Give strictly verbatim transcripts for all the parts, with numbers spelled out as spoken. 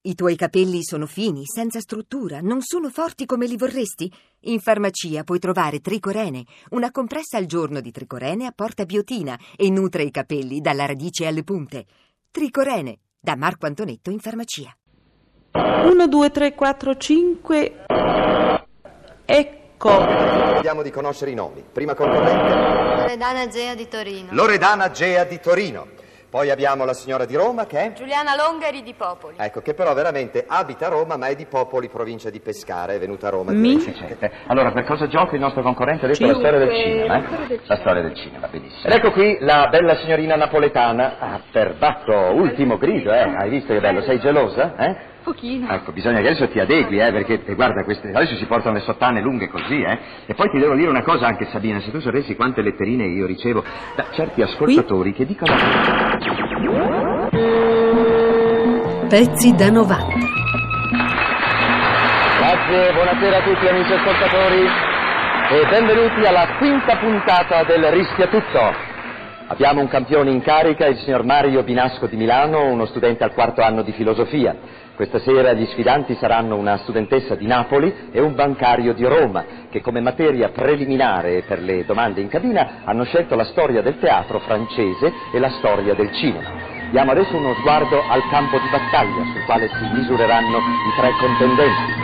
I tuoi capelli sono fini, senza struttura, non sono forti come li vorresti? In farmacia puoi trovare Tricorene, una compressa al giorno di Tricorene apporta biotina e nutre i capelli dalla radice alle punte. Tricorene, da Marco Antonetto in farmacia. uno, due, tre, quattro, cinque... Ecco. Vediamo di conoscere i nomi. Prima concorrente. Loredana Gea di Torino. Loredana Gea di Torino. Poi abbiamo la signora di Roma che è? Giuliana Longari di Popoli. Ecco, che però veramente abita a Roma ma è di Popoli, provincia di Pescara, è venuta a Roma. Mi? Sì, certo. Allora, per cosa gioca il nostro concorrente? Ha detto la storia del cinema, eh? La storia del cinema, benissimo. Ed ecco qui la bella signorina napoletana. Ah, perbatto, ultimo grido, eh? Hai visto che bello? Sei gelosa, eh? Pochino. Ecco, bisogna che adesso ti adegui, eh, perché eh, guarda, queste, adesso si portano le sottane lunghe così, eh. E poi ti devo dire una cosa anche, Sabina, se tu sapessi quante letterine io ricevo da certi ascoltatori che dicono... Pezzi da novanta. Grazie, buonasera a tutti amici ascoltatori e benvenuti alla quinta puntata del Rischia Tutto. Abbiamo un campione in carica, il signor Mario Binasco di Milano, uno studente al quarto anno di filosofia. Questa sera gli sfidanti saranno una studentessa di Napoli e un bancario di Roma, che come materia preliminare per le domande in cabina hanno scelto la storia del teatro francese e la storia del cinema. Diamo adesso uno sguardo al campo di battaglia sul quale si misureranno i tre contendenti.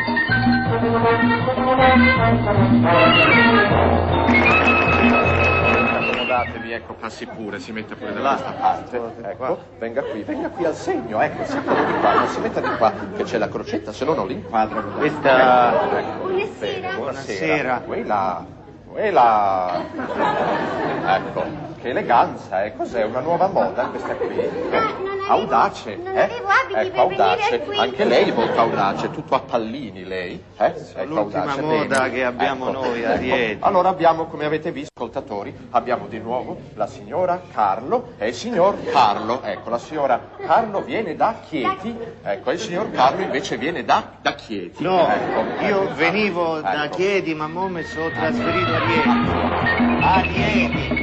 Accomodatevi, ecco, passi pure, si metta pure da questa parte. Ecco, venga qui, venga qui al segno, ecco, si metta di qua, non si metta di qua, che c'è la crocetta, se no non l'inquadro. Questa... Ecco. Buonasera. Buonasera. Quella, quella. Ecco. Che eleganza, eh? Cos'è? Una nuova moda questa qui? Eh, non avevo, audace, non eh? avevo abiti ecco, per audace. venire qui. Anche lei è molto audace, tutto a pallini lei, eh? Ecco, l'ultima audace, moda bene. che abbiamo Ecco, noi a ecco. Rieti. Allora abbiamo, come avete visto, ascoltatori, abbiamo di nuovo la signora Carlo e il signor Carlo. Ecco, la signora Carlo viene da Chieti, ecco, e il signor Carlo invece viene da, da Chieti. No, ecco. io venivo da Ecco. Chieti, ma mo mi sono trasferito a Rieti. A Rieti.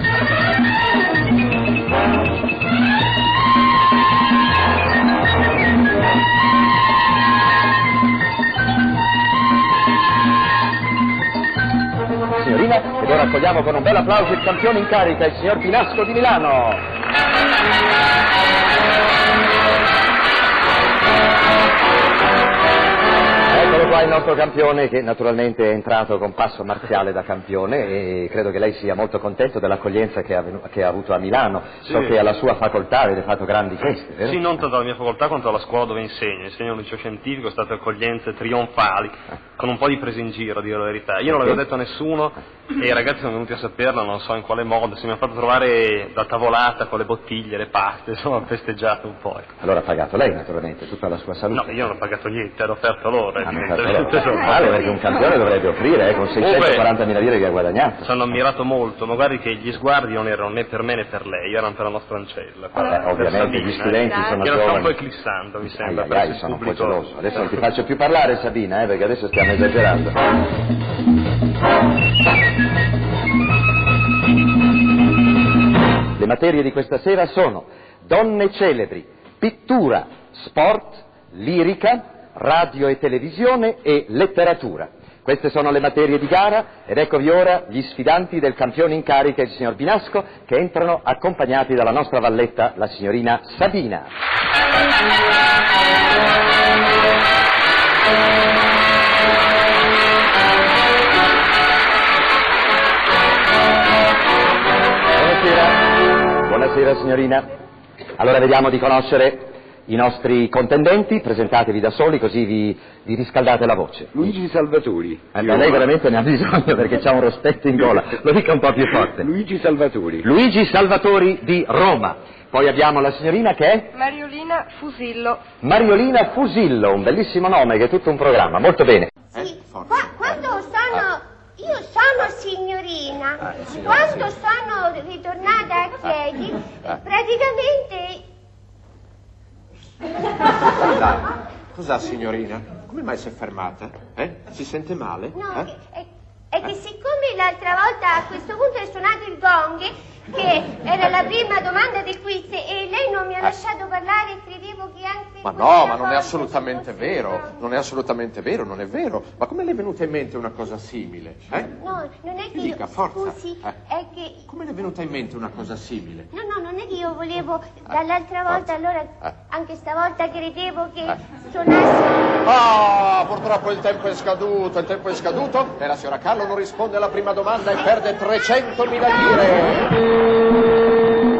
Signorina, ed ora accogliamo con un bel applauso il campione in carica, il signor Binasco di Milano. Eccolo qua il nostro campione, che naturalmente è entrato con passo marziale da campione, e credo che lei sia molto contento dell'accoglienza che ha, che ha avuto a Milano. Sì. So che alla sua facoltà avete fatto grandi feste, vero? Sì, non tanto alla mia facoltà quanto alla scuola dove insegno. Insegno a un liceo scientifico, sono state accoglienze trionfali, con un po' di presa in giro, a dire la verità. Io non l'avevo detto a nessuno e i ragazzi sono venuti a saperlo, non so in quale modo. Si mi ha fatto trovare da tavolata con le bottiglie, le paste, insomma, festeggiato un po'. Ecco. Allora ha pagato lei naturalmente, tutta la sua salute. No, io non ho pagato niente, l'ho offerto loro. Ah, non fatto loro. Male, perché un campione dovrebbe offrire, eh, con seicentoquarantamila lire che ha guadagnato. Ci hanno ammirato molto, ma guardi che gli sguardi non erano né per me né per lei, erano per la nostra ancella. Vabbè, ovviamente gli studenti eh. sono Che sta un giovani. po' eclissando, mi sembra. Ai, per ai, ai, il sono un po' pubblico. geloso. Adesso non ti faccio più parlare, Sabina, eh, perché adesso stiamo esagerando. Le materie di questa sera sono donne celebri, pittura, sport, lirica, radio e televisione e letteratura. Queste sono le materie di gara ed eccovi ora gli sfidanti del campione in carica, il signor Binasco, che entrano accompagnati dalla nostra valletta, la signorina Sabina. Buonasera. Buonasera signorina. Allora vediamo di conoscere i nostri contendenti, presentatevi da soli così vi, vi riscaldate la voce. Luigi Salvatori. Eh, ma lei veramente ne ha bisogno perché c'ha un rospetto in gola, lo dica un po' più forte. Luigi Salvatori. Luigi Salvatori di Roma. Poi abbiamo la signorina che è? Mariolina Fusillo. Mariolina Fusillo, un bellissimo nome che è tutto un programma, molto bene. Sì, qua, quando sono... Io sono signorina. Quando sono ritornata a Chieti, praticamente... Cos'ha? Cos'ha, signorina? Come mai si è fermata? Eh? Si sente male? No, eh? che- è, è che siccome l'altra volta a questo punto è suonato il gong, che era la prima domanda del quiz, e lei non mi ha lasciato parlare e credevo che anche Ma quella no, ma non è volta assolutamente che vero, non è assolutamente vero, non è vero. Ma come le è venuta in mente una cosa simile? Eh? No, non è che Mi dica, io... forza. Scusi, Eh. è che... Come le è venuta in mente una cosa simile? No, no, non è che io volevo... Dall'altra volta, forza. allora, Eh. anche stavolta credevo che Eh. suonassi... Ah, purtroppo il tempo è scaduto, il tempo è scaduto e la signora Carlo non risponde alla prima domanda e perde trecentomila lire.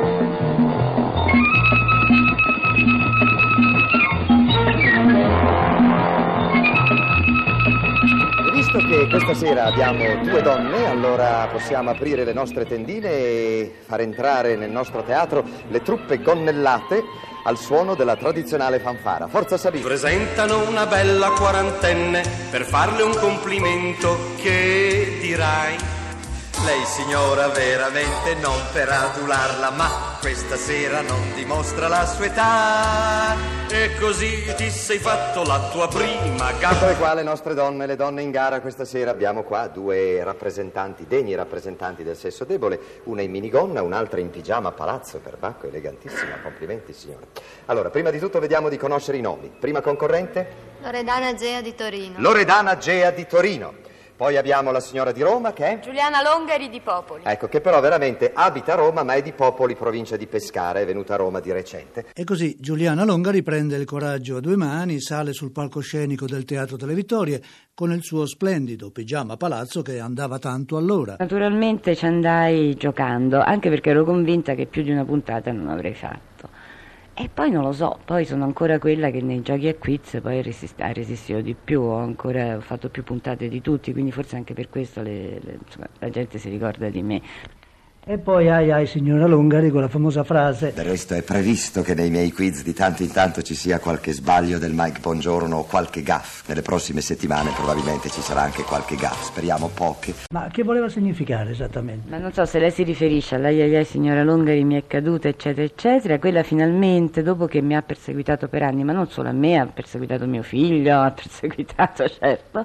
Visto che questa sera abbiamo due donne, allora possiamo aprire le nostre tendine e far entrare nel nostro teatro le truppe gonnellate al suono della tradizionale fanfara. Forza Sabina! Presentano una bella quarantenne per farle un complimento, che dirai? Lei signora veramente non per adularla, ma questa sera non dimostra la sua età. E così ti sei fatto la tua prima gaffa. Eccole qua le nostre donne, le donne in gara questa sera. Abbiamo qua due rappresentanti, degni rappresentanti del sesso debole, una in minigonna, un'altra in pigiama a palazzo, perbacco, elegantissima, complimenti signore. Allora, prima di tutto vediamo di conoscere i nomi. Prima concorrente? Loredana Gea di Torino. Loredana Gea di Torino. Poi abbiamo la signora di Roma che è? Giuliana Longari di Popoli. Ecco, che però veramente abita a Roma ma è di Popoli, provincia di Pescara, è venuta a Roma di recente. E così Giuliana Longari prende il coraggio a due mani, sale sul palcoscenico del Teatro delle Vittorie con il suo splendido pigiama palazzo che andava tanto allora. Naturalmente ci andai giocando, anche perché ero convinta che più di una puntata non avrei fatto. E poi non lo so, poi sono ancora quella che nei giochi a quiz poi resist- ha resistito di più, ho ancora ho fatto più puntate di tutti, quindi forse anche per questo le, le, insomma, la gente si ricorda di me. E poi ai ai signora Longari con la famosa frase: del resto è previsto che nei miei quiz di tanto in tanto ci sia qualche sbaglio del Mike Bongiorno o qualche gaff. Nelle prossime settimane probabilmente ci sarà anche qualche gaff, speriamo poche. Ma che voleva significare esattamente? Ma non so se lei si riferisce all'ai ai ai signora Longari mi è caduta eccetera eccetera, quella finalmente dopo che mi ha perseguitato per anni, ma non solo a me, ha perseguitato mio figlio, ha perseguitato certo,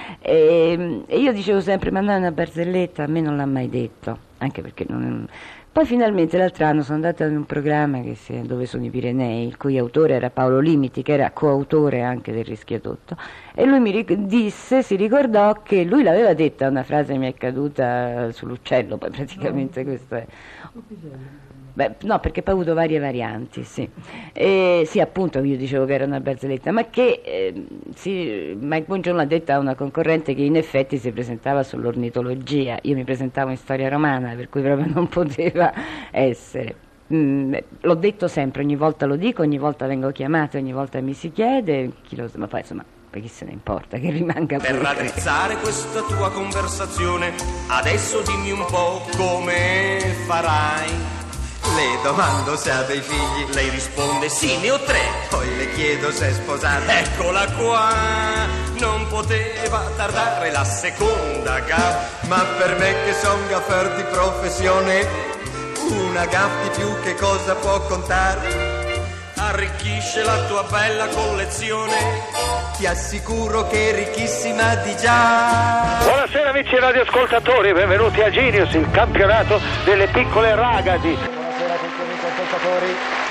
e, e io dicevo sempre ma non è una barzelletta, a me non l'ha mai detto. Anche perché non... Poi finalmente l'altro anno sono andata in un programma che si... dove sono i Pirenei, il cui autore era Paolo Limiti, che era coautore anche del Rischiatutto, e lui mi ric- disse, si ricordò che lui l'aveva detta una frase che mi è caduta sull'uccello, poi praticamente no. Questo è... Beh, no, perché poi ho avuto varie varianti, sì. E, sì, appunto, io dicevo che era una barzelletta, ma che eh, sì, Mike Bongiorno ha detto a una concorrente che in effetti si presentava sull'ornitologia, io mi presentavo in storia romana, per cui proprio non poteva essere. Mm, l'ho detto sempre, ogni volta lo dico, ogni volta vengo chiamata, ogni volta mi si chiede, chi lo sa, ma poi insomma, per chi se ne importa, che rimanga per raddrizzare questa tua conversazione, adesso dimmi un po' come farai. Le domando se ha dei figli, lei risponde sì, ne ho tre. Poi le chiedo se è sposata, eccola qua. Non poteva tardare la seconda gaff, ma per me che son gaffer di professione, una gaff di più che cosa può contare? Arricchisce la tua bella collezione, ti assicuro che è ricchissima di già. Buonasera amici radioascoltatori, benvenuti a Genius, il campionato delle piccole ragazzi. Ascoltatori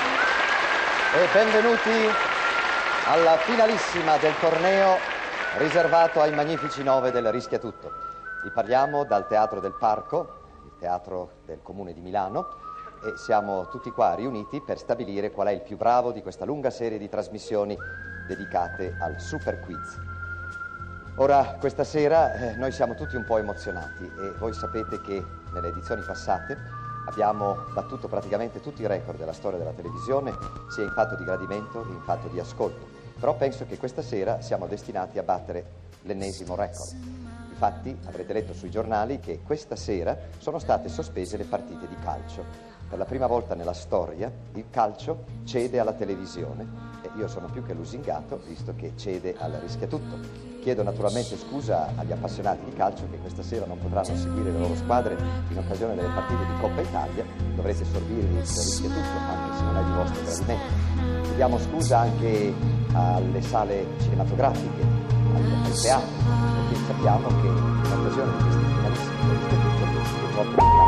e benvenuti alla finalissima del torneo riservato ai magnifici nove del Rischiatutto. Vi parliamo dal Teatro del Parco, il teatro del Comune di Milano, e siamo tutti qua riuniti per stabilire qual è il più bravo di questa lunga serie di trasmissioni dedicate al Super Quiz. Ora, questa sera eh, noi siamo tutti un po' emozionati e voi sapete che nelle edizioni passate abbiamo battuto praticamente tutti i record della storia della televisione, sia in fatto di gradimento che in fatto di ascolto. Però penso che questa sera siamo destinati a battere l'ennesimo record. Infatti avrete letto sui giornali che questa sera sono state sospese le partite di calcio. Per la prima volta nella storia il calcio cede alla televisione e io sono più che lusingato visto che cede al Rischiatutto. Chiedo naturalmente scusa agli appassionati di calcio che questa sera non potranno seguire le loro squadre in occasione delle partite di Coppa Italia. Dovrete sorbirvi il Rischiatutto anche se non è di vostro gradimento. Chiediamo scusa anche alle sale cinematografiche, al teatro, perché sappiamo che in occasione di questi finalissimi del Rischiatutto purtroppo non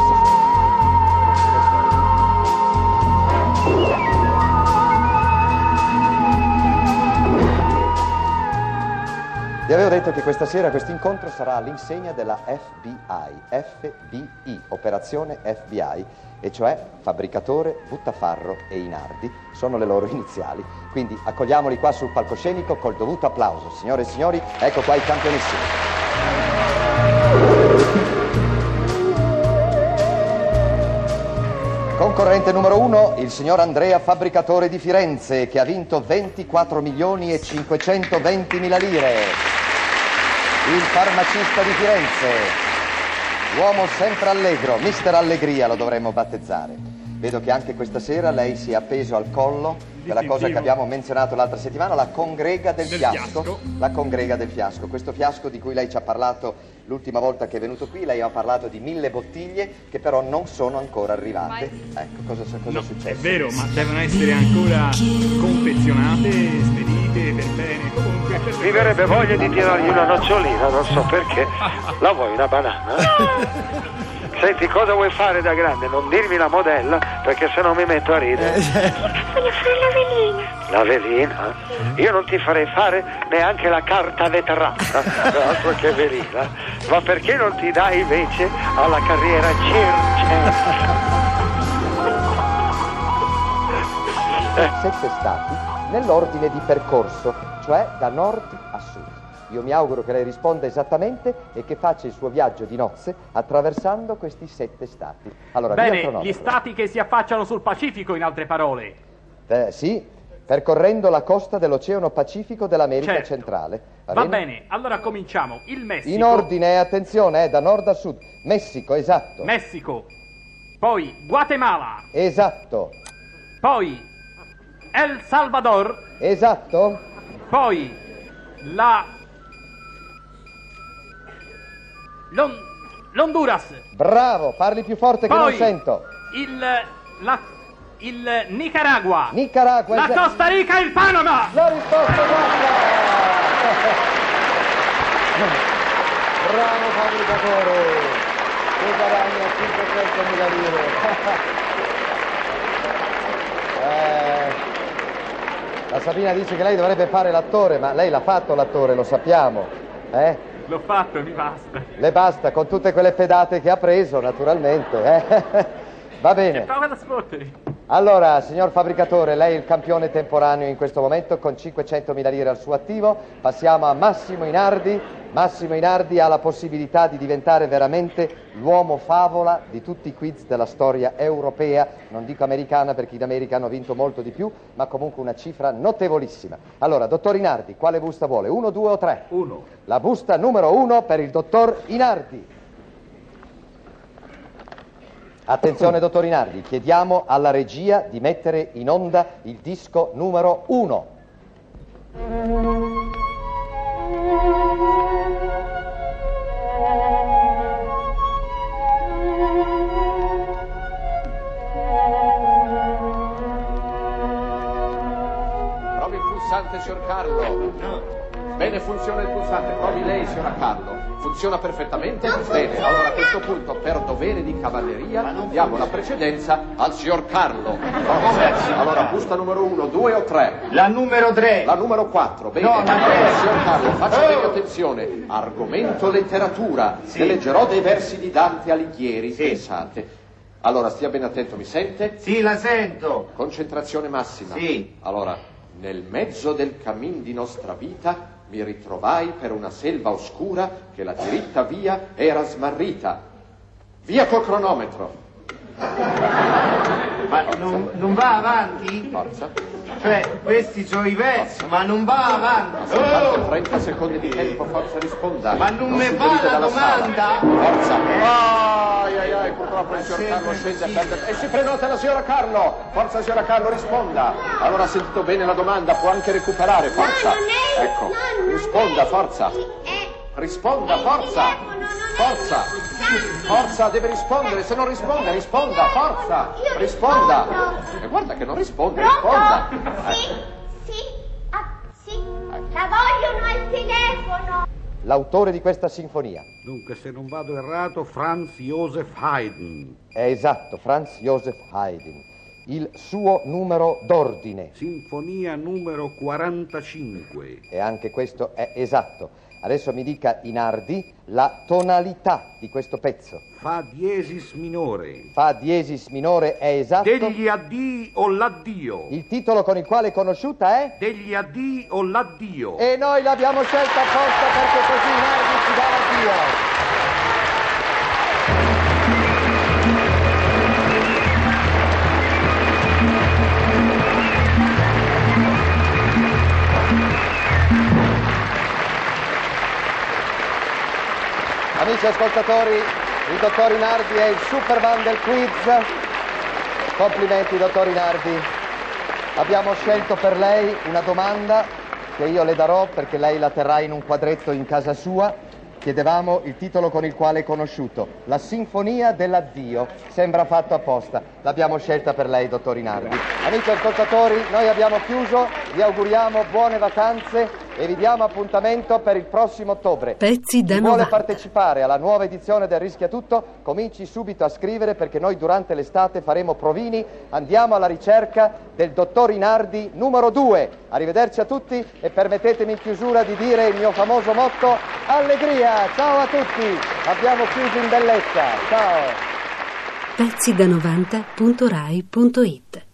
Vi avevo detto che questa sera questo incontro sarà all'insegna della F B I, F B I, Operazione F B I, e cioè fabbricatore, buttafarro e Inardi, sono le loro iniziali. Quindi accogliamoli qua sul palcoscenico col dovuto applauso. Signore e signori, ecco qua i campionissimi. Concorrente numero uno, il signor Andrea Fabbricatore di Firenze, che ha vinto ventiquattro milioni e cinquecentoventi mila lire. Il farmacista di Firenze, uomo sempre allegro, mister Allegria lo dovremmo battezzare. Vedo che anche questa sera lei si è appeso al collo quella cosa che abbiamo menzionato l'altra settimana, la congrega del, del fiasco, fiasco. La congrega del fiasco, questo fiasco di cui lei ci ha parlato l'ultima volta che è venuto qui. Lei ha parlato di mille bottiglie che però non sono ancora arrivate. Ecco, cosa, cosa no, è successo? È vero, ma devono essere ancora confezionate, spedite per bene, comunque. Mi verrebbe voglia di tirargli una nocciolina, non so perché. La vuoi una banana? Senti, cosa vuoi fare da grande? Non dirmi la modella, perché se no mi metto a ridere. Voglio fare la velina. La velina? Io non ti farei fare neanche la carta veterana, altro che velina. Ma perché non ti dai invece alla carriera circense? Sette stati nell'ordine di percorso, cioè da nord a sud. Io mi auguro che lei risponda esattamente e che faccia il suo viaggio di nozze attraversando questi sette stati. Allora, bene, gli stati che si affacciano sul Pacifico, in altre parole. Eh, sì, percorrendo la costa dell'Oceano Pacifico dell'America certo. centrale. Va, Va bene? bene, allora cominciamo. Il Messico. In ordine, attenzione, eh, da nord a sud. Messico, esatto. Messico. Poi Guatemala. Esatto. Poi El Salvador. Esatto. Poi la... L'Hon- L'Honduras. Bravo, parli più forte che Poi non sento. Il... la... il Nicaragua. Nicaragua. La esatto. Costa Rica e il Panama. La risposta esatta. Bravo fabbricatore. Che guadagna cinquecentomila lire. eh, la Sabina dice che lei dovrebbe fare l'attore, ma lei l'ha fatto l'attore, lo sappiamo. Eh? L'ho fatto, mi basta. Le basta, con tutte quelle pedate che ha preso, naturalmente. Eh? Va bene. C'è poco da sfottere. Allora, signor fabbricatore, lei è il campione temporaneo in questo momento con cinquecentomila lire al suo attivo. Passiamo a Massimo Inardi. Massimo Inardi ha la possibilità di diventare veramente l'uomo favola di tutti i quiz della storia europea, non dico americana perché in America hanno vinto molto di più, ma comunque una cifra notevolissima. Allora, dottor Inardi, quale busta vuole? Uno, due o tre? Uno. La busta numero uno per il dottor Inardi. Attenzione, dottor Inardi, chiediamo alla regia di mettere in onda il disco numero uno. Provi il pulsante, signor Carlo. Bene, funziona il pulsante. Provi lei, signora Carlo. Funziona perfettamente? Bene, allora a questo punto, per dovere di cavalleria, diamo la precedenza al signor Carlo. Allora, busta numero uno, due o tre? La numero tre. La numero quattro, bene. No, la allora, signor Carlo, faccia bene attenzione. Argomento letteratura. Sì. Le leggerò dei versi di Dante Alighieri. Sì. Pensate. Allora, stia ben attento, mi sente? Sì, la sento. Concentrazione massima. Sì. Allora, nel mezzo del cammin di nostra vita mi ritrovai per una selva oscura che la diritta via era smarrita. Via col cronometro. Ma non, non va avanti? Forza. Cioè, questi sono i versi, ma non va avanti. Soltanto Oh! trenta secondi di tempo, forza, risponda. Ma non mi si fa divide la dalla domanda? sala. Forza. Ai ai ai, purtroppo il signor Carlo scende a perdere. E si prenota la signora Carlo. Forza, signora Carlo, risponda. Allora ha sentito bene la domanda, può anche recuperare, forza. Ecco, risponda, forza. Risponda, forza. Forza. Forza, deve rispondere, se non risponde, risponda, forza. Risponda. E guarda che non risponde, risponda. Sì, sì, ah, sì. La vogliono al telefono. L'autore di questa sinfonia. Dunque, se non vado errato, Franz Joseph Haydn. È esatto, Franz Joseph Haydn. il suo numero d'ordine. Sinfonia numero quarantacinque. E anche questo è esatto. Adesso mi dica, Inardi, la tonalità di questo pezzo. Fa diesis minore. Fa diesis minore è esatto. Degli addii o l'addio. Il titolo con il quale è conosciuta è? Degli addii o l'addio. E noi l'abbiamo scelta apposta perché così Inardi ci dà l'addio. Amici ascoltatori, il dottor Inardi è il Superman del quiz. Complimenti, dottor Inardi. Abbiamo scelto per lei una domanda che io le darò perché lei la terrà in un quadretto in casa sua. Chiedevamo il titolo con il quale è conosciuto, La Sinfonia dell'Addio. Sembra fatto apposta. L'abbiamo scelta per lei, dottor Inardi. Amici ascoltatori, noi abbiamo chiuso. Vi auguriamo buone vacanze e vi diamo appuntamento per il prossimo ottobre. Pezzi da Chi vuole novanta. partecipare alla nuova edizione del Rischia Tutto, cominci subito a scrivere perché noi durante l'estate faremo provini, andiamo alla ricerca del dottor Inardi numero due. Arrivederci a tutti e permettetemi in chiusura di dire il mio famoso motto: allegria! Ciao a tutti! Abbiamo chiuso in bellezza. Ciao! Pezzi da novanta punto rai punto it